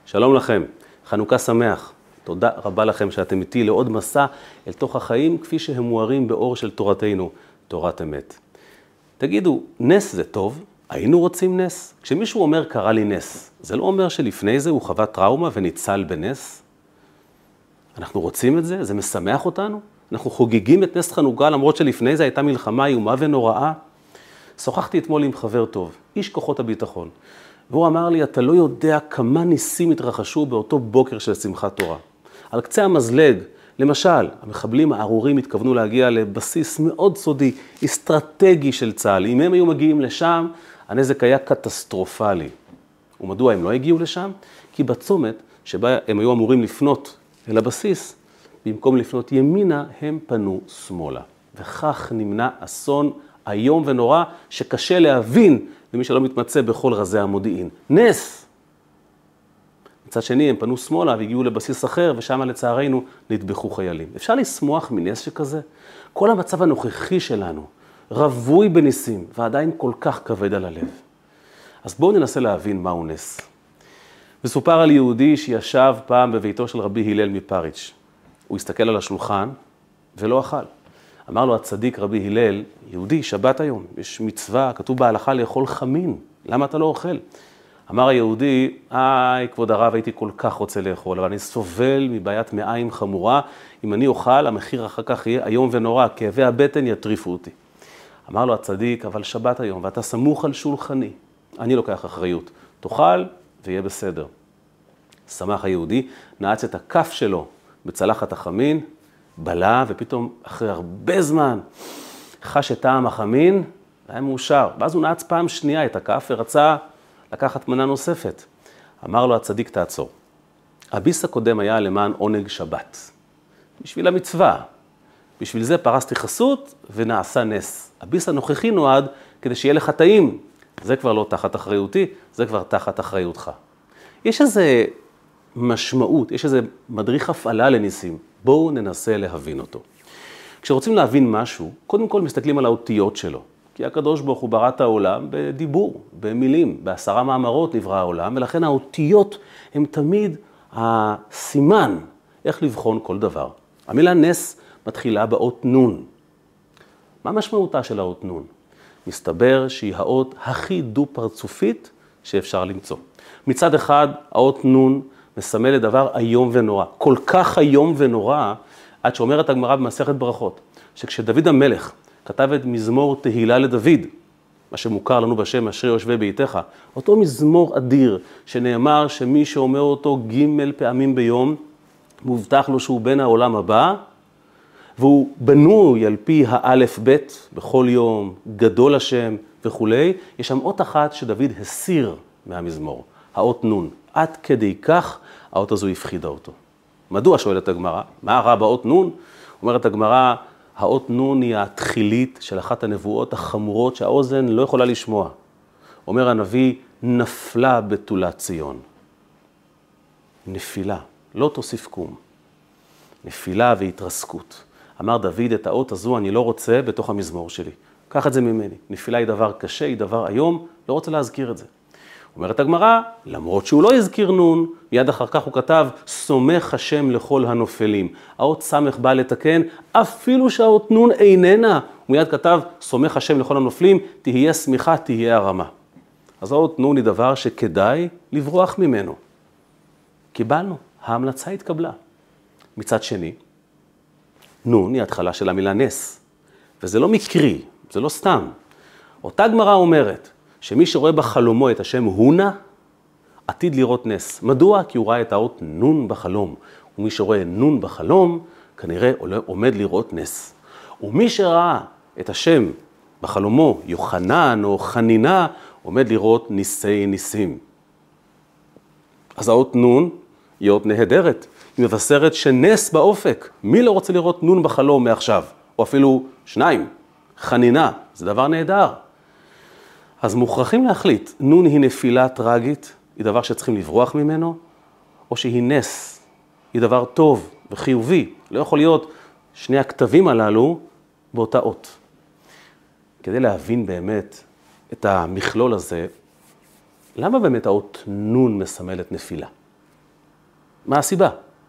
שלום לכם, חנוכה שמח. תודה רבה לכם שאתם איתי לעוד מסע אל תוך החיים כפי שהם מוארים באור של תורתנו, תורת אמת. תגידו, נס זה טוב? היינו רוצים נס? כשמישהו אומר קרה לי נס, זה לא אומר שלפני זה הוא חווה טראומה וניצל בנס? אנחנו רוצים את זה? זה משמח אותנו? אנחנו חוגגים את נס חנוכה למרות שלפני זה הייתה מלחמה איומה ונוראה? שוחחתי אתמול עם חבר טוב, איש כוחות הביטחון, והוא אמר לי, אתה לא יודע כמה ניסים התרחשו באותו בוקר של שמחת תורה. על קצה המזלג, למשל, המחבלים הארורים התכוונו להגיע לבסיס מאוד סודי, אסטרטגי של צה"ל. אם הם היו מגיעים לשם, הנזק היה קטסטרופלי. ומדוע הם לא הגיעו לשם? כי בצומת שבה הם היו אמורים לפנות אל הבסיס, במקום לפנות ימינה, הם פנו שמאלה. וכך נמנע אסון איום ונורא שקשה להבין למי שלא מתמצא בכל רזי המודיעין. נס! מצד שני, הם פנו שמאלה והגיעו לבסיס אחר, ושם לצערנו נטבחו חיילים. אפשר לשמוח מנס שכזה? כל המצב הנוכחי שלנו רווי בניסים, ועדיין כל כך כבד על הלב. אז בואו ננסה להבין מהו נס. מסופר על יהודי שישב פעם בביתו של רבי הלל מפריץ'. הוא הסתכל על השולחן ולא אכל. אמר לו הצדיק רבי הלל, יהודי, שבת היום, יש מצווה, כתוב בהלכה לאכול חמין, למה אתה לא אוכל? אמר היהודי, כבוד הרב, הייתי כל כך רוצה לאכול, אבל אני סובל מבעיית מעיים חמורה, אם אני אוכל, המחיר אחר כך יהיה איום ונורא, כאבי הבטן יטריפו אותי. אמר לו הצדיק, אבל שבת היום, ואתה סמוך על שולחני, אני לוקח אחריות, תאכל ויהיה בסדר. שמח היהודי, נעץ את הכף שלו בצלחת החמין, בלה, ופתאום אחרי הרבה זמן חש את טעם החמין, והיה מאושר. ואז הוא נעץ פעם שנייה את הכף ורצה לקחת מנה נוספת. אמר לו הצדיק, תעצור. הביס הקודם היה למען עונג שבת. בשביל המצווה. בשביל זה פרסתי חסות ונעשה נס. הביס הנוכחי נועד כדי שיהיה לך טעים. זה כבר לא תחת אחריותי, זה כבר תחת אחריותך. יש איזה משמעות, יש איזה מדריך הפעלה לניסים. בואו ננסה להבין אותו. כשרוצים להבין משהו, קודם כל מסתכלים על האותיות שלו. כי הקדוש ברוך הוא ברא את העולם בדיבור, במילים, ב10 מאמרות נברא העולם, ולכן האותיות הן תמיד הסימן איך לבחון כל דבר. המילה נס מתחילה באות נון. מה משמעותה של האות נון? מסתבר שהיא האות הכי דו-פרצופית שאפשר למצוא. מצד אחד, האות נון מסמל לדבר איום ונורא. כל כך איום ונורא, עד שאומרת הגמרא במסכת ברכות, שכשדוד המלך כתב את מזמור תהילה לדוד, מה שמוכר לנו בשם אשרי יושבי ביתך, אותו מזמור אדיר שנאמר שמי שאומר אותו ג' פעמים ביום, מובטח לו שהוא בן העולם הבא, והוא בנוי על פי האלף בית בכל יום, גדול השם וכו'. יש שם אות אחת שדוד הסיר מהמזמור, האות נון. עד כדי כך האות הזו הפחידה אותו. מדוע שואלת הגמרא? מה רע באות נון? אומרת הגמרא, האות נון היא התחילית של אחת הנבואות החמורות שהאוזן לא יכולה לשמוע. אומר הנביא, נפלה בתולת ציון. נפילה, לא תוסיף קום. נפילה והתרסקות. אמר דוד, את האות הזו אני לא רוצה בתוך המזמור שלי. קח את זה ממני. נפילה היא דבר קשה, היא דבר היום, לא רוצה להזכיר את זה. אומרת הגמרא, למרות שהוא לא הזכיר נון, מיד אחר כך הוא כתב, סומך השם לכל הנופלים. האות סמך בא לתקן, אפילו שהאות נון איננה. הוא מיד כתב, סומך השם לכל הנופלים, תהיה סמיכה, תהיה הרמה. אז האות נון היא דבר שכדאי לברוח ממנו. קיבלנו, ההמלצה התקבלה. מצד שני, נון היא התחלה של המילה נס. וזה לא מקרי, זה לא סתם. אותה גמרא אומרת, שמי שרואה בחלומו את השם הונה, עתיד לראות נס. מדוע? כי הוא ראה את האות נון בחלום. ומי שרואה נון בחלום, כנראה עומד לראות נס. ומי שראה את השם בחלומו, יוחנן או חנינה, עומד לראות ניסי ניסים. אז האות נון היא אות נהדרת. היא מבשרת שנס באופק. מי לא רוצה לראות נון בחלום מעכשיו? או אפילו 2. חנינה. זה דבר נהדר. אז מוכרחים להחליט, נון היא נפילה טרגית, היא דבר שצריכים לברוח ממנו, או שהיא נס, היא דבר טוב וחיובי. לא יכול להיות שני הכתבים הללו באותה אות. כדי להבין באמת את המכלול הזה, למה באמת האות נון מסמלת נפילה? מה הסיבה?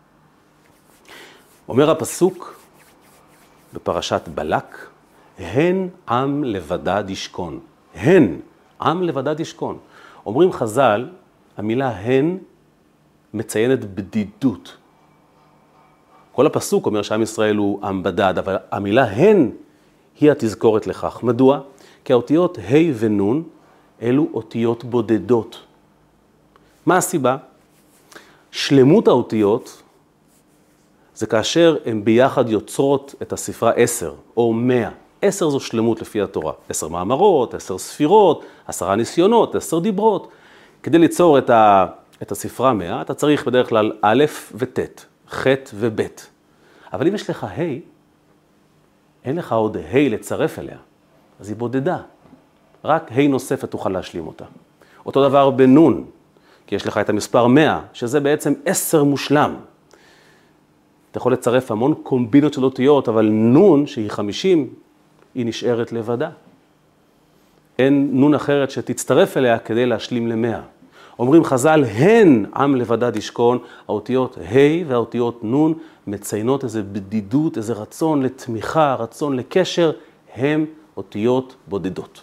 אומר הפסוק בפרשת בלק, הן עם לבדד ישכון. הן, עם לבדד ישכון. אומרים חז"ל, המילה הן מציינת בדידות. כל הפסוק אומר שעם ישראל הוא עם בדד, אבל המילה הן היא התזכורת לכך. מדוע? כי האותיות ה' ונ' אלו אותיות בודדות. מה הסיבה? שלמות האותיות זה כאשר הן ביחד יוצרות את הספרה 10 או 100. 10 זו שלמות לפי התורה. 10 מאמרות, 10 ספירות, 10 ניסיונות, 10 דיברות. כדי ליצור את הספרה 100, אתה צריך בדרך כלל א' וט', ח' וב'. אבל אם יש לך ה', אין לך עוד ה' לצרף אליה, אז היא בודדה. רק ה' נוספת תוכל להשלים אותה. אותו דבר בנון, כי יש לך את המספר 100, שזה בעצם 10 מושלם. אתה יכול לצרף המון קומבינות של אותיות, אבל נון, שהיא 50, היא נשארת לבדה. אין נון אחרת שתצטרף אליה כדי להשלים ל100. אומרים חז"ל, הן עם לבדד ישכון, האותיות ה' והאותיות נון מציינות איזו בדידות, איזה רצון לתמיכה, רצון לקשר, הם אותיות בודדות.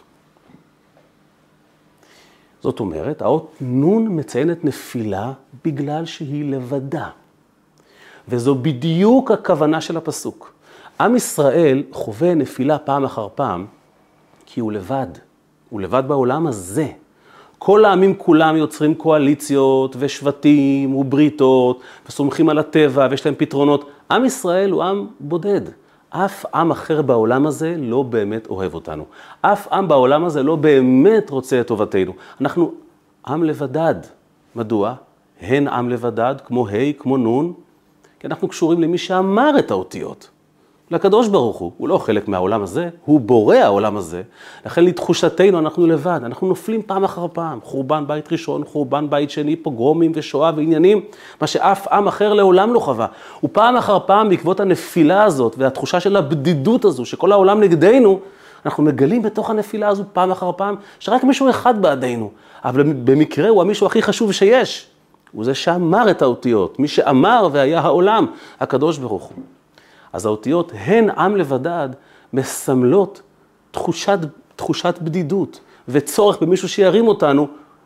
זאת אומרת, האות נון מציינת נפילה בגלל שהיא לבדה. וזו בדיוק הכוונה של הפסוק. עם ישראל חווה נפילה פעם אחר פעם, כי הוא לבד. הוא לבד בעולם הזה. כל העמים כולם יוצרים קואליציות ושבטים ובריתות, וסומכים על הטבע ויש להם פתרונות. עם ישראל הוא עם בודד. אף עם אחר בעולם הזה לא באמת אוהב אותנו. אף עם בעולם הזה לא באמת רוצה את טובתנו. אנחנו עם לבדד. מדוע? הן עם לבדד, כמו ה', כמו נון, כי אנחנו קשורים למי שאמר את האותיות. לקדוש ברוך הוא לא חלק מהעולם הזה, הוא בורא העולם הזה. לכן לתחושתנו אנחנו לבד, אנחנו נופלים פעם אחר פעם. חורבן בית ראשון, חורבן בית שני, פוגרומים ושואה ועניינים, מה שאף עם אחר לעולם לא חווה. ופעם אחר פעם בעקבות הנפילה הזאת והתחושה של הבדידות הזו, שכל העולם נגדנו, אנחנו מגלים בתוך הנפילה הזו פעם אחר פעם, שרק מישהו אחד בעדינו, אבל במקרה הוא המישהו הכי חשוב שיש. הוא זה שאמר את האותיות, מי שאמר והיה העולם, הקדוש ברוך הוא. אז האותיות הן עם לבדד מסמלות תחושת בדידות וצורך במישהו שירים אותנו,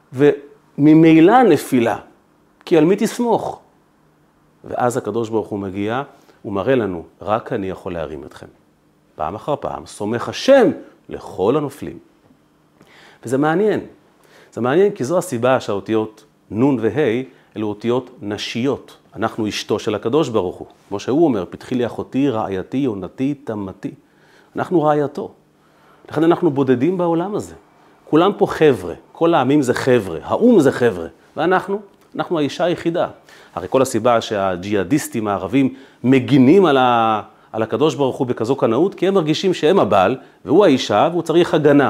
וממילא נפילה, כי על מי תסמוך? ואז הקדוש ברוך הוא מגיע ומראה לנו, רק אני יכול להרים אתכם. פעם אחר פעם, סומך השם לכל הנופלים. וזה מעניין. זה מעניין כי זו הסיבה שהאותיות נון וה' אלו אותיות נשיות. אנחנו אשתו של הקדוש ברוך הוא. כמו שהוא אומר, פתחי לי אחותי, רעייתי, יונתי, תמתי. אנחנו רעייתו. לכן אנחנו בודדים בעולם הזה. כולם פה חבר'ה. כל העמים זה חבר'ה. האום זה חבר'ה. ואנחנו האישה היחידה. הרי כל הסיבה שהג'יהאדיסטים הערבים מגינים על הקדוש ברוך הוא בכזו קנאות, כי הם מרגישים שהם הבעל, והוא האישה, והוא צריך הגנה.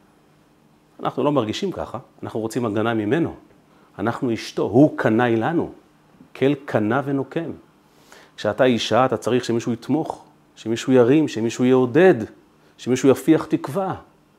אנחנו לא מרגישים ככה. אנחנו רוצים הגנה ממנו. אנחנו אשתו. הוא קנאי לנו. כל קנה ונוקם. כשאתה אישה, אתה צריך שמישהו יתמוך, שמישהו ירים, שמישהו יעודד, שמישהו יפיח תקווה.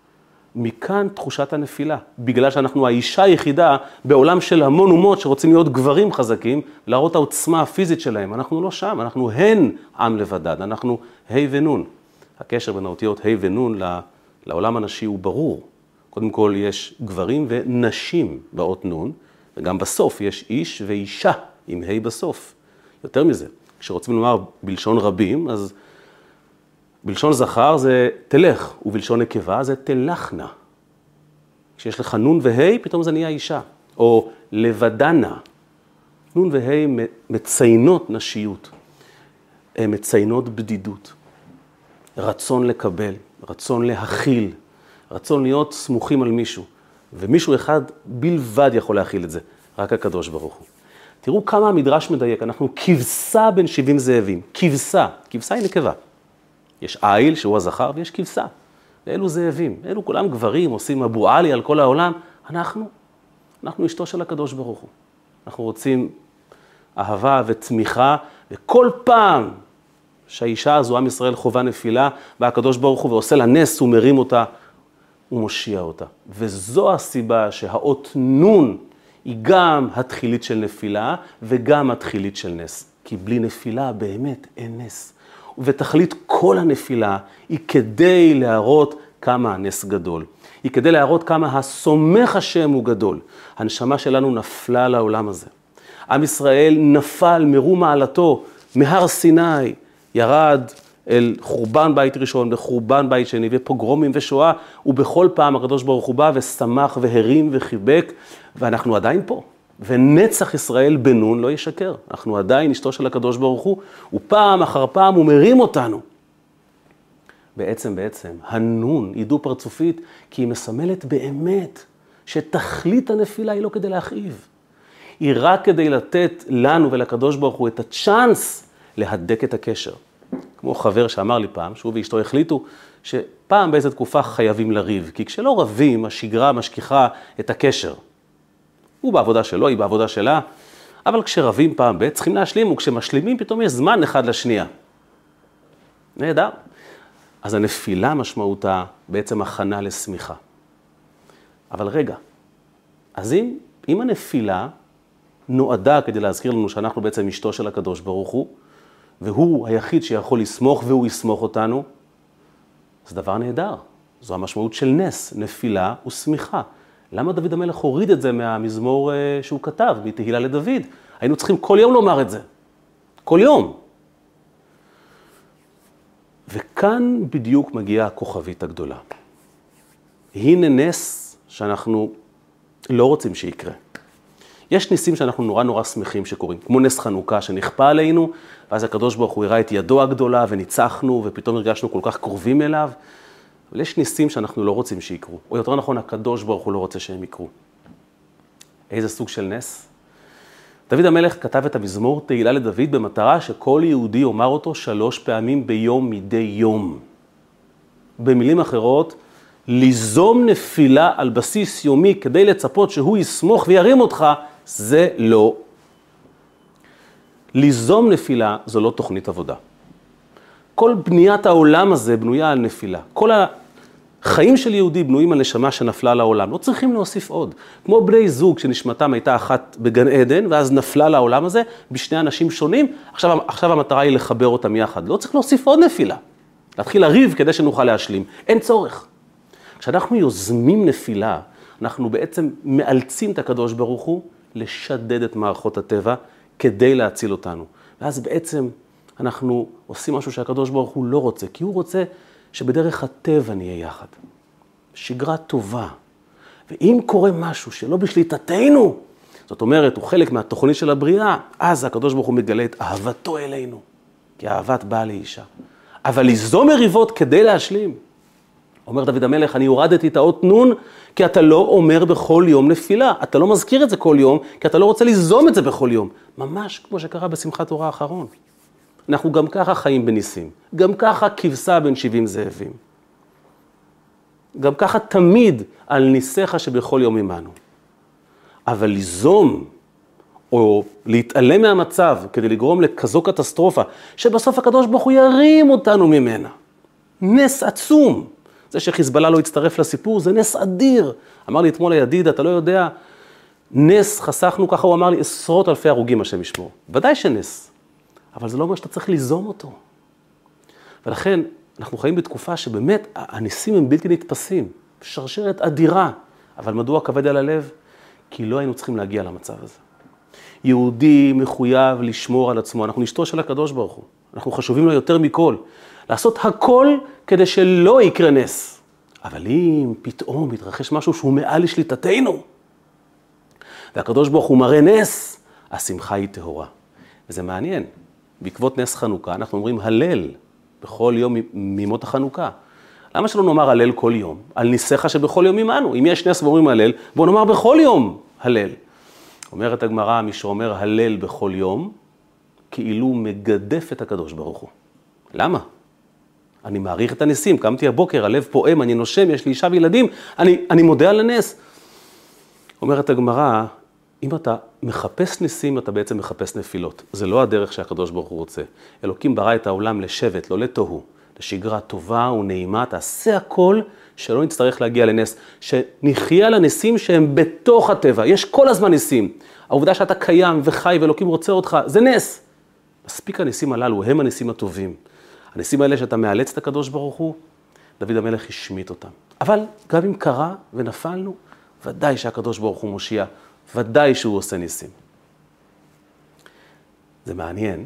מכאן תחושת הנפילה. בגלל שאנחנו האישה היחידה בעולם של המון אומות שרוצים להיות גברים חזקים, להראות העוצמה הפיזית שלהם. אנחנו לא שם, אנחנו הן עם לבדד, אנחנו ה' ונון. הקשר בין האותיות ה' ונון לעולם הנשי הוא ברור. קודם כל יש גברים ונשים באות נון, וגם בסוף יש איש ואישה. עם ה' בסוף. יותר מזה, כשרוצים לומר בלשון רבים, אז בלשון זכר זה תלך, ובלשון נקבה זה תלכנה. כשיש לך נון וה' פתאום זה נהיה אישה, או לבדנה. נון וה' מציינות נשיות, הן מציינות בדידות, רצון לקבל, רצון להכיל, רצון להיות סמוכים על מישהו, ומישהו אחד בלבד יכול להכיל את זה, רק הקדוש ברוך הוא. תראו כמה המדרש מדייק, אנחנו כבשה בין 70 זאבים, כבשה היא נקבה. יש איל שהוא הזכר ויש כבשה, ואלו זאבים, אלו כולם גברים, עושים אבו עלי על כל העולם, אנחנו אשתו של הקדוש ברוך הוא. אנחנו רוצים אהבה ותמיכה, וכל פעם שהאישה הזו, עם ישראל חובה נפילה, בא הקדוש ברוך הוא ועושה לה נס, הוא מרים אותה, הוא מושיע אותה. וזו הסיבה שהאות נון היא גם התחילית של נפילה וגם התחילית של נס. כי בלי נפילה באמת אין נס. ותכלית כל הנפילה היא כדי להראות כמה הנס גדול. היא כדי להראות כמה הסומך השם הוא גדול. הנשמה שלנו נפלה לעולם הזה. עם ישראל נפל מרום מעלתו, מהר סיני, ירד אל חורבן בית ראשון וחורבן בית שני ופוגרומים ושואה, ובכל פעם הקדוש ברוך הוא בא ושמח והרים וחיבק, ואנחנו עדיין פה. ונצח ישראל בנון לא ישקר. אנחנו עדיין אשתו של הקדוש ברוך הוא, ופעם אחר פעם הוא מרים אותנו. בעצם, הנון היא דו פרצופית, כי היא מסמלת באמת שתכלית הנפילה היא לא כדי להכאיב. היא רק כדי לתת לנו ולקדוש ברוך הוא את הצ'אנס להדק את הקשר. כמו חבר שאמר לי פעם, שהוא ואשתו החליטו שפעם באיזו תקופה חייבים לריב, כי כשלא רבים, השגרה משכיחה את הקשר. הוא בעבודה שלו, היא בעבודה שלה, אבל כשרבים פעם ב' צריכים להשלים, וכשמשלימים פתאום יש זמן אחד לשנייה. נהדר. אז הנפילה משמעותה בעצם הכנה לשמיכה. אבל רגע, אז אם הנפילה נועדה כדי להזכיר לנו שאנחנו בעצם אשתו של הקדוש ברוך הוא, והוא היחיד שיכול לסמוך והוא יסמוך אותנו, זה דבר נהדר. זו המשמעות של נס, נפילה ושמיכה. למה דוד המלך הוריד את זה מהמזמור שהוא כתב, מתהילה לדוד? היינו צריכים כל יום לומר את זה. כל יום. וכאן בדיוק מגיעה הכוכבית הגדולה. הנה נס שאנחנו לא רוצים שיקרה. יש ניסים שאנחנו נורא שמחים שקורים, כמו נס חנוכה שנכפה עלינו, ואז הקדוש ברוך הוא הראה את ידו הגדולה וניצחנו, ופתאום הרגשנו כל כך קרובים אליו. אבל יש ניסים שאנחנו לא רוצים שיקרו, או יותר נכון, הקדוש ברוך הוא לא רוצה שהם יקרו. איזה סוג של נס? דוד המלך כתב את המזמור תהילה לדוד במטרה שכל יהודי יאמר אותו 3 פעמים ביום מדי יום. במילים אחרות, ליזום נפילה על בסיס יומי כדי לצפות שהוא יסמוך וירים אותך, זה לא. ליזום נפילה זו לא תוכנית עבודה. כל בניית העולם הזה בנויה על נפילה. כל החיים של יהודי בנויים על נשמה שנפלה לעולם. לא צריכים להוסיף עוד. כמו בני זוג שנשמתם הייתה אחת בגן עדן, ואז נפלה לעולם הזה בשני אנשים שונים. עכשיו המטרה היא לחבר אותם יחד. לא צריך להוסיף עוד נפילה. להתחיל לריב כדי שנוכל להשלים. אין צורך. כשאנחנו יוזמים נפילה, אנחנו בעצם מאלצים את הקדוש ברוך הוא לשדד את מערכות הטבע כדי להציל אותנו. ואז בעצם אנחנו עושים משהו שהקדוש ברוך הוא לא רוצה, כי הוא רוצה שבדרך הטבע נהיה יחד. שגרה טובה. ואם קורה משהו שלא בשליטתנו, זאת אומרת, הוא חלק מהתוכנית של הבריאה, אז הקדוש ברוך הוא מגלה את אהבתו אלינו, כי אהבת באה לאישה. אבל ליזום מריבות כדי להשלים. אומר דוד המלך, אני הורדתי את האות נון, כי אתה לא אומר בכל יום נפילה. אתה לא מזכיר את זה כל יום, כי אתה לא רוצה ליזום את זה בכל יום. ממש כמו שקרה בשמחת תורה האחרון. אנחנו גם ככה חיים בניסים. גם ככה כבשה בין 70 זאבים. גם ככה תמיד על ניסיך שבכל יום עמנו. אבל ליזום, או להתעלם מהמצב, כדי לגרום לכזו קטסטרופה, שבסוף הקדוש ברוך הוא ירים אותנו ממנה. נס עצום. זה שחיזבאללה לא הצטרף לסיפור, זה נס אדיר. אמר לי אתמול הידיד, אתה לא יודע, נס חסכנו, ככה הוא אמר לי, 10,000 הרוגים, השם ישמור. ודאי שנס, אבל זה לא אומר שאתה צריך ליזום אותו. ולכן אנחנו חיים בתקופה שבאמת הניסים הם בלתי נתפסים, שרשרת אדירה. אבל מדוע כבד על הלב? כי לא היינו צריכים להגיע למצב הזה. יהודי מחויב לשמור על עצמו, אנחנו נשתו של הקדוש ברוך הוא. אנחנו חשובים לו יותר מכל. לעשות הכל כדי שלא יקרה נס. אבל אם פתאום מתרחש משהו שהוא מעל לשליטתנו, והקדוש ברוך הוא מראה נס, השמחה היא טהורה. וזה מעניין. בעקבות נס חנוכה אנחנו אומרים הלל בכל יום מימות החנוכה. למה שלא נאמר הלל כל יום? על ניסיך שבכל יום עמנו. אם יש נס ואומרים הלל, בואו נאמר בכל יום הלל. אומרת הגמרא, מי שאומר הלל בכל יום, כאילו מגדף את הקדוש ברוך הוא. למה? אני מעריך את הניסים, קמתי הבוקר, הלב פועם, אני נושם, יש לי אישה וילדים, אני מודה על הנס. אומרת הגמרא, אם אתה מחפש ניסים, אתה בעצם מחפש נפילות. זה לא הדרך שהקדוש ברוך הוא רוצה. אלוקים ברא את העולם לשבט, לא לתוהו. לשגרה טובה ונעימה, תעשה הכל שלא נצטרך להגיע לנס, שנחיה על הנסים שהם בתוך הטבע, יש כל הזמן נסים. העובדה שאתה קיים וחי ואלוקים רוצה אותך, זה נס. מספיק הנסים הללו, הם הנסים הטובים. הנסים האלה שאתה מאלץ את הקדוש ברוך הוא, דוד המלך השמיט אותם. אבל גם אם קרה ונפלנו, ודאי שהקדוש ברוך הוא מושיע, ודאי שהוא עושה ניסים. זה מעניין,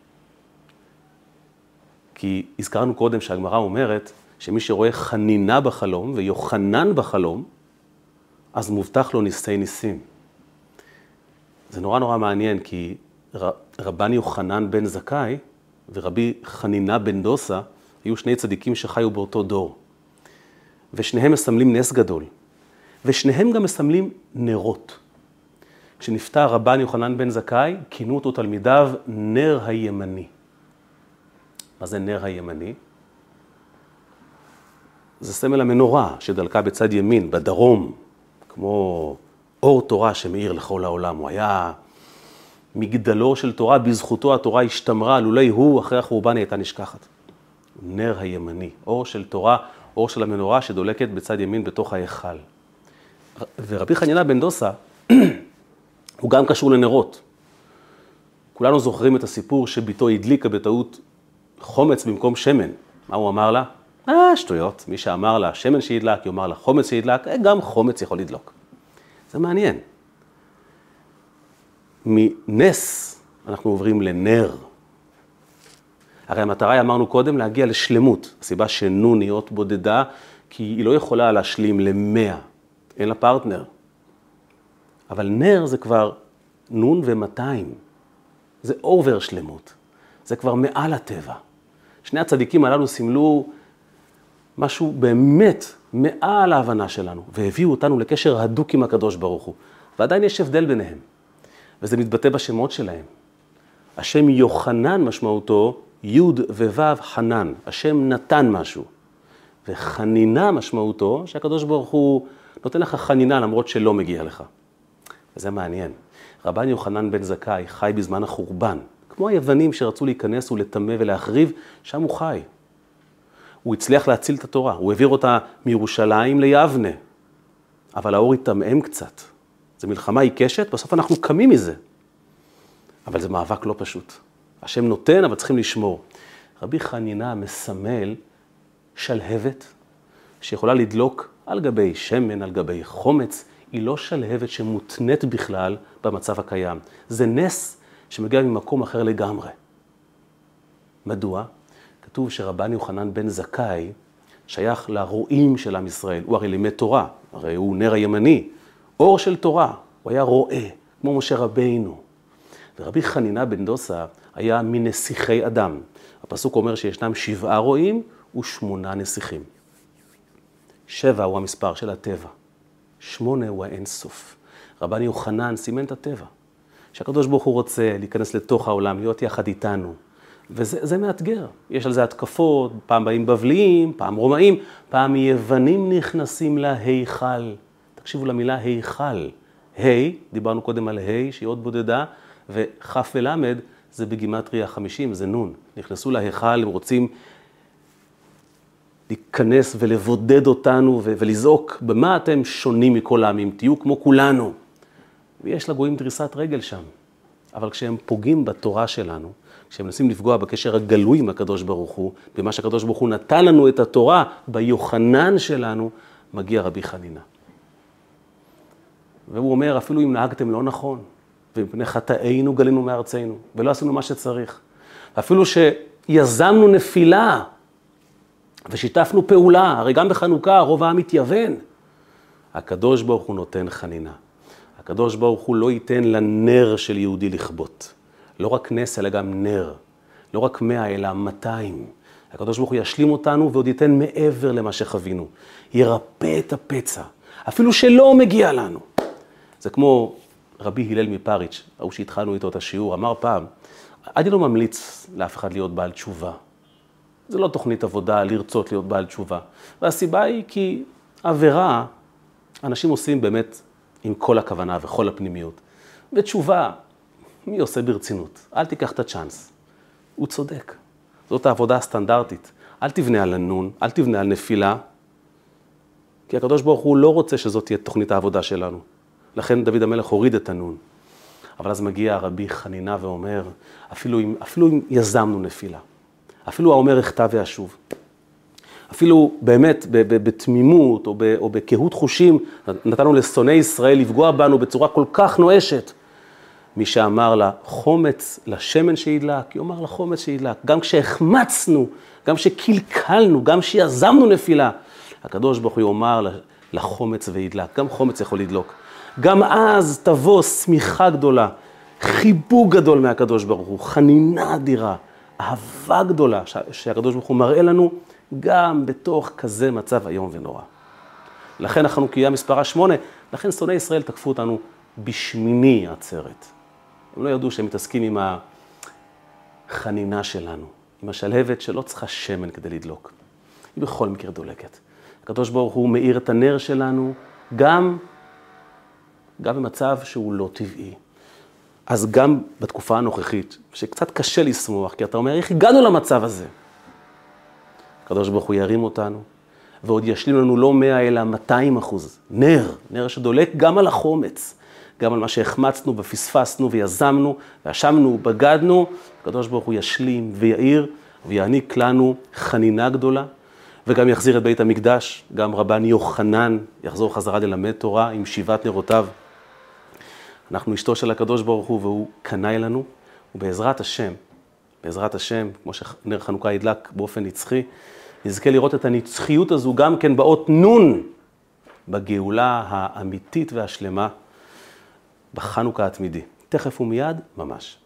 כי הזכרנו קודם שהגמרא אומרת שמי שרואה חנינה בחלום ויוחנן בחלום, אז מובטח לו ניסי ניסים. זה נורא מעניין, כי רבן יוחנן בן זכאי ורבי חנינה בן דוסה היו שני צדיקים שחיו באותו דור. ושניהם מסמלים נס גדול. ושניהם גם מסמלים נרות. כשנפטר רבן יוחנן בן זכאי, כינו אותו תלמידיו נר הימני. מה זה נר הימני? זה סמל המנורה שדלקה בצד ימין, בדרום, כמו אור תורה שמאיר לכל העולם. הוא היה מגדלו של תורה, בזכותו התורה השתמרה, לולי הוא אחרי החורבן הייתה נשכחת. נר הימני, אור של תורה, אור של המנורה שדולקת בצד ימין בתוך ההיכל. ורבי חנינה בן דוסה, הוא גם קשור לנרות. כולנו זוכרים את הסיפור שביתו הדליקה בטעות חומץ במקום שמן. מה הוא אמר לה? שטויות. מי שאמר לה שמן שידלק, הוא אמר לה חומץ שידלק, גם חומץ יכול לדלוק. זה מעניין. מנס אנחנו עוברים לנר. הרי המטרה, אמרנו קודם, להגיע לשלמות. הסיבה שנון נהיות בודדה, כי היא לא יכולה להשלים ל100. אין לה פרטנר. אבל נר זה כבר נון ו200. זה אובר שלמות. זה כבר מעל הטבע. שני הצדיקים הללו סימלו משהו באמת מעל ההבנה שלנו, והביאו אותנו לקשר הדוק עם הקדוש ברוך הוא. ועדיין יש הבדל ביניהם. וזה מתבטא בשמות שלהם. השם יוחנן משמעותו י' וו' חנן. השם נתן משהו. וחנינה משמעותו שהקדוש ברוך הוא נותן לך חנינה למרות שלא מגיע לך. וזה מעניין. רבן יוחנן בן זכאי חי בזמן החורבן. כמו היוונים שרצו להיכנס ולטמא ולהחריב, שם הוא חי. הוא הצליח להציל את התורה. הוא העביר אותה מירושלים ליבנה. אבל האור התאמם קצת. זו מלחמה עיקשת, בסוף אנחנו קמים מזה. אבל זה מאבק לא פשוט. השם נותן, אבל צריכים לשמור. רבי חנינה מסמל שלהבת, שיכולה לדלוק על גבי שמן, על גבי חומץ. היא לא שלהבת שמותנית בכלל במצב הקיים. זה נס שמגיע ממקום אחר לגמרי. מדוע? כתוב שרבן יוחנן בן זכאי שייך לרועים של עם ישראל. הוא הרי לימד תורה, הרי הוא נר הימני. אור של תורה, הוא היה רועה, כמו משה רבינו. ורבי חנינה בן דוסה היה מנסיכי אדם. הפסוק אומר שישנם 7 רועים ו8 נסיכים. 7 הוא המספר של הטבע. 8 הוא האין סוף. רבן יוחנן סימן את הטבע. שהקדוש ברוך הוא רוצה להיכנס לתוך העולם, להיות יחד איתנו. וזה מאתגר. יש על זה התקפות, פעם באים בבליים, פעם רומאים, פעם יוונים נכנסים להיכל. תקשיבו למילה היכל. דיברנו קודם על שהיא עוד בודדה, וכף ולמד זה בגימטריה 50, זה נון. נכנסו להיכל, הם רוצים להיכנס ולבודד אותנו ולזעוק, במה אתם שונים מכל העמים? תהיו כמו כולנו. ויש לגויים דריסת רגל שם. אבל כשהם פוגעים בתורה שלנו, כשהם מנסים לפגוע בקשר הגלוי עם הקדוש ברוך הוא, במה שהקדוש ברוך הוא נתן לנו את התורה, ביוחנן שלנו, מגיע רבי חנינה. והוא אומר, אפילו אם נהגתם לא נכון, ומפני חטאינו גלינו מארצנו, ולא עשינו מה שצריך, אפילו שיזמנו נפילה, ושיתפנו פעולה, הרי גם בחנוכה רוב העם מתייוון, הקדוש ברוך הוא נותן חנינה. הקדוש ברוך הוא לא ייתן לנר של יהודי לכבות. לא רק נס, אלא גם נר. לא רק 100, אלא 200. הקדוש ברוך הוא ישלים אותנו ועוד ייתן מעבר למה שחווינו. ירפא את הפצע, אפילו שלא מגיע לנו. זה כמו רבי הלל מפריץ', הוא שהתחלנו איתו את השיעור, אמר פעם, אני לא ממליץ לאף אחד להיות בעל תשובה. זה לא תוכנית עבודה לרצות להיות בעל תשובה. והסיבה היא כי עבירה, אנשים עושים באמת עם כל הכוונה וכל הפנימיות. ותשובה, מי עושה ברצינות? אל תיקח את הצ'אנס. הוא צודק. זאת העבודה הסטנדרטית. אל תבנה על הנון, אל תבנה על נפילה. כי הקדוש ברוך הוא לא רוצה שזאת תהיה תוכנית העבודה שלנו. לכן דוד המלך הוריד את הנון. אבל אז מגיע רבי חנינה ואומר, אפילו אם יזמנו נפילה, אפילו האומר אחטא ואשוב, אפילו באמת בתמימות או בקהות חושים, נתנו לשונאי ישראל לפגוע בנו בצורה כל כך נואשת. מי שאמר לה חומץ לשמן שידלק, יאמר לחומץ שידלק. גם כשהחמצנו, גם כשקלקלנו, גם כשיזמנו נפילה, הקדוש ברוך הוא יאמר לחומץ וידלק. גם חומץ יכול לדלוק. גם אז תבוא שמחה גדולה, חיבוק גדול מהקדוש ברוך הוא, חנינה אדירה, אהבה גדולה שהקדוש ברוך הוא מראה לנו גם בתוך כזה מצב איום ונורא. לכן החנוכיה מספרה 8, לכן שונאי ישראל תקפו אותנו בשמיני עצרת. הם לא ידעו שהם מתעסקים עם החנינה שלנו, עם השלהבת שלא צריכה שמן כדי לדלוק. היא בכל מקרה דולקת. הקדוש ברוך הוא מאיר את הנר שלנו גם במצב שהוא לא טבעי. אז גם בתקופה הנוכחית, שקצת קשה לשמוח, כי אתה אומר, איך הגענו למצב הזה? הקדוש ברוך הוא ירים אותנו, ועוד ישלים לנו לא 100 אלא 200%. נר שדולק גם על החומץ, גם על מה שהחמצנו ופספסנו ויזמנו, ואשמנו ובגדנו, הקדוש ברוך הוא ישלים ויעיר, ויעניק לנו חנינה גדולה, וגם יחזיר את בית המקדש, גם רבן יוחנן יחזור חזרה ללמד תורה עם 7 נרותיו. אנחנו אשתו של הקדוש ברוך הוא, והוא קנאי לנו, ובעזרת השם, כמו שנר חנוכה ידלק באופן נצחי, נזכה לראות את הנצחיות הזו גם כן באות נון, בגאולה האמיתית והשלמה, בחנוכה התמידי. תכף ומיד ממש.